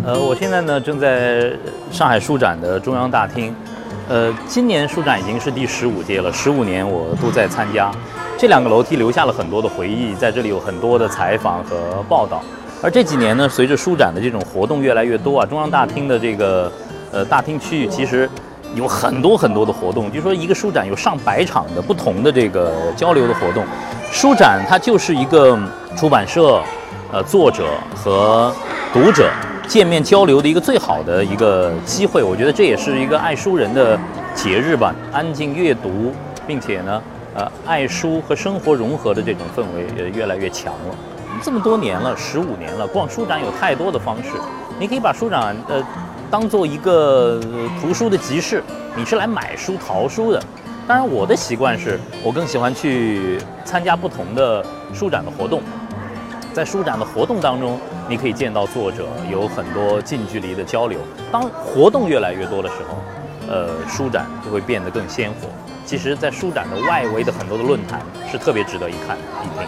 我现在呢正在上海书展的中央大厅，今年书展已经是第15届了，15年我都在参加。这2个楼梯留下了很多的回忆，在这里有很多的采访和报道。而这几年呢，随着书展的这种活动越来越多啊，中央大厅的这个大厅区域其实有很多的活动，就是说一个书展有上百场的不同的这个交流的活动。书展它就是一个出版社、作者和读者见面交流的一个最好的一个机会。我觉得这也是一个爱书人的节日吧，安静阅读，并且呢，爱书和生活融合的这种氛围越来越强了。这么多年了，15年了，逛书展有太多的方式。你可以把书展当做一个图书的集市，你是来买书淘书的。当然，我的习惯是我更喜欢去参加不同的书展的活动。在书展的活动当中，你可以见到作者，有很多近距离的交流。当活动越来越多的时候，书展就会变得更鲜活。其实，在书展的外围的很多的论坛是特别值得一看一听的。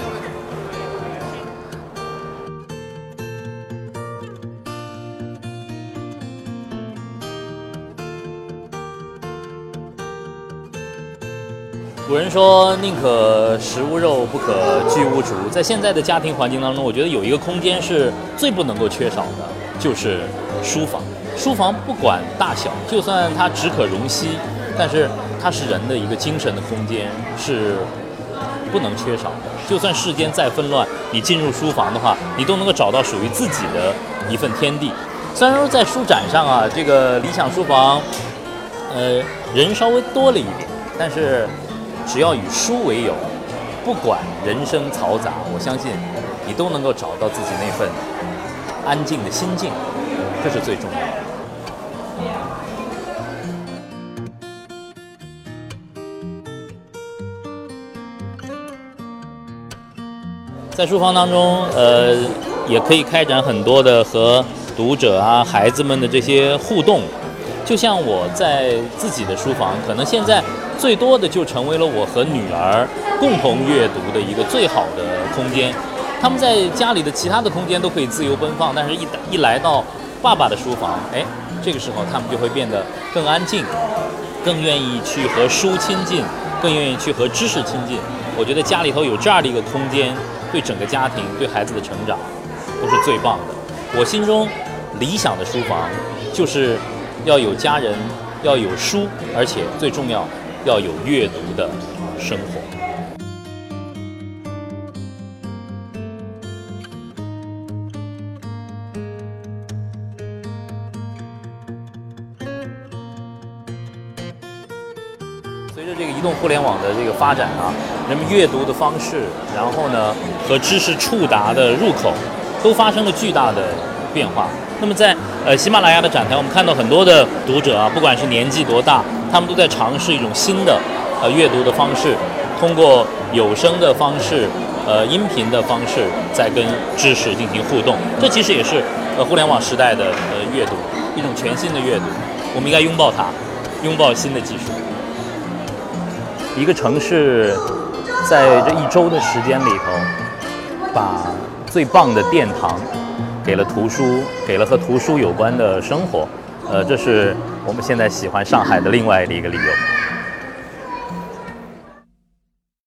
古人说宁可食无肉，不可居无竹。在现在的家庭环境当中，我觉得有一个空间是最不能够缺少的，就是书房。书房不管大小，就算它只可容膝，但是它是人的一个精神的空间，是不能缺少的。就算世间再纷乱，你进入书房的话，你都能够找到属于自己的一份天地。虽然说在书展上啊，这个理想书房，人稍微多了一点，但是只要以书为友，不管人生嘈杂，我相信你都能够找到自己那份安静的心境，这是最重要的。在书房当中，也可以开展很多的和读者啊、孩子们的这些互动。就像我在自己的书房，可能现在最多的就成为了我和女儿共同阅读的一个最好的空间。他们在家里的其他的空间都可以自由奔放，但是一来到爸爸的书房，这个时候他们就会变得更安静，更愿意去和书亲近，更愿意去和知识亲近。我觉得家里头有这样的一个空间，对整个家庭、对孩子的成长都是最棒的。我心中理想的书房就是要有家人，要有书，而且最重要要有阅读的生活。随着这个移动互联网的这个发展啊，人们阅读的方式，然后呢和知识触达的入口都发生了巨大的变化。那么在喜马拉雅的展台，我们看到很多的读者啊，不管是年纪多大，他们都在尝试一种新的阅读的方式，通过有声的方式、音频的方式，在跟知识进行互动。这其实也是互联网时代的阅读，一种全新的阅读。我们应该拥抱它，拥抱新的技术。一个城市在这1周的时间里头，把最棒的殿堂给了图书，给了和图书有关的生活，这是我们现在喜欢上海的另外的一个理由。